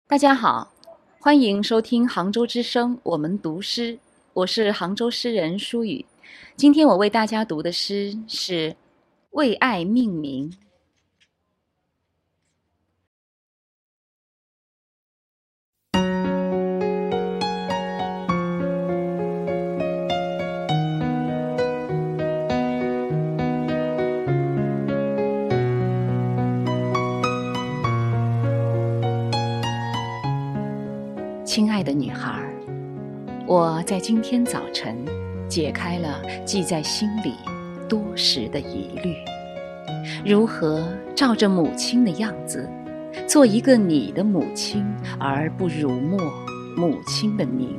大家好，欢迎收听杭州之声，我们读诗。我是杭州诗人舒雨。今天我为大家读的诗是《为爱命名》。亲爱的女孩，我在今天早晨解开了记在心里多时的疑虑，如何照着母亲的样子做一个你的母亲，而不辱没母亲的名。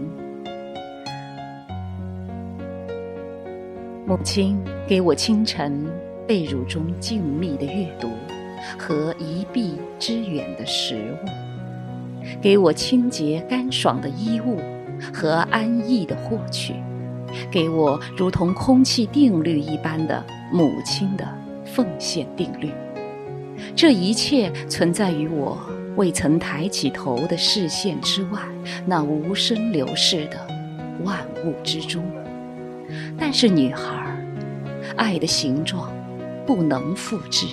母亲给我清晨被褥中静谧的阅读和一臂之远的食物，给我清洁干爽的衣物和安逸的获取，给我如同空气定律一般的母亲的奉献定律。这一切存在于我未曾抬起头的视线之外，那无声流逝的万物之中。但是女孩，爱的形状不能复制。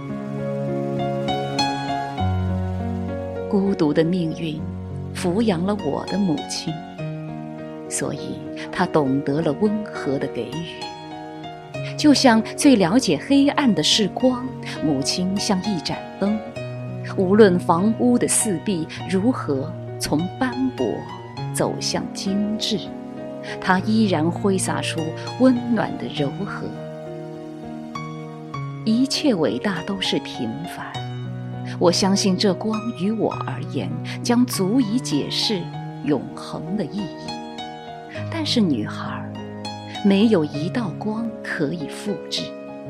孤独的命运抚养了我的母亲，所以她懂得了温和的给予。就像最了解黑暗的是光，母亲像一盏灯，无论房屋的四壁如何从斑驳走向精致，它依然挥洒出温暖的柔和。一切伟大都是平凡，我相信这光于我而言将足以解释永恒的意义。但是女孩，没有一道光可以复制。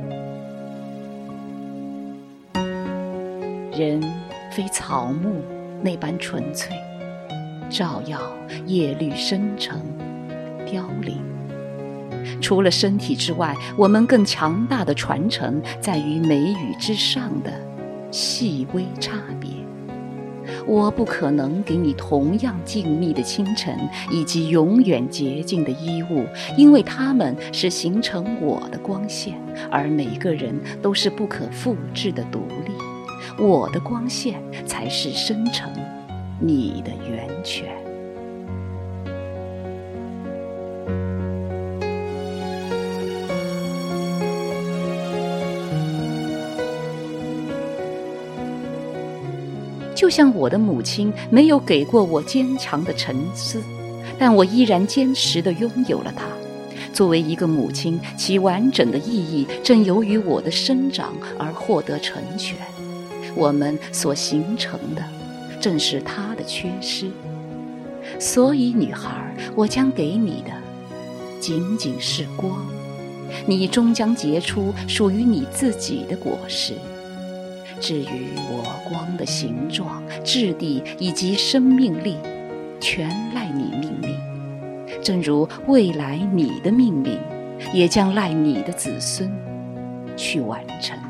人非草木那般纯粹，照耀叶绿深沉凋零。除了身体之外，我们更强大的传承在于眉宇之上的细微差别。我不可能给你同样静谧的清晨以及永远洁净的衣物，因为它们是形成我的光线，而每个人都是不可复制的独立。我的光线才是生成你的源泉。就像我的母亲没有给过我坚强的沉思，但我依然坚实地拥有了它。作为一个母亲，其完整的意义正由于我的生长而获得成全。我们所形成的正是它的缺失。所以女孩，我将给你的仅仅是光，你终将结出属于你自己的果实。至于我光的形状、质地以及生命力，全赖你命名。正如未来你的命名，也将赖你的子孙去完成。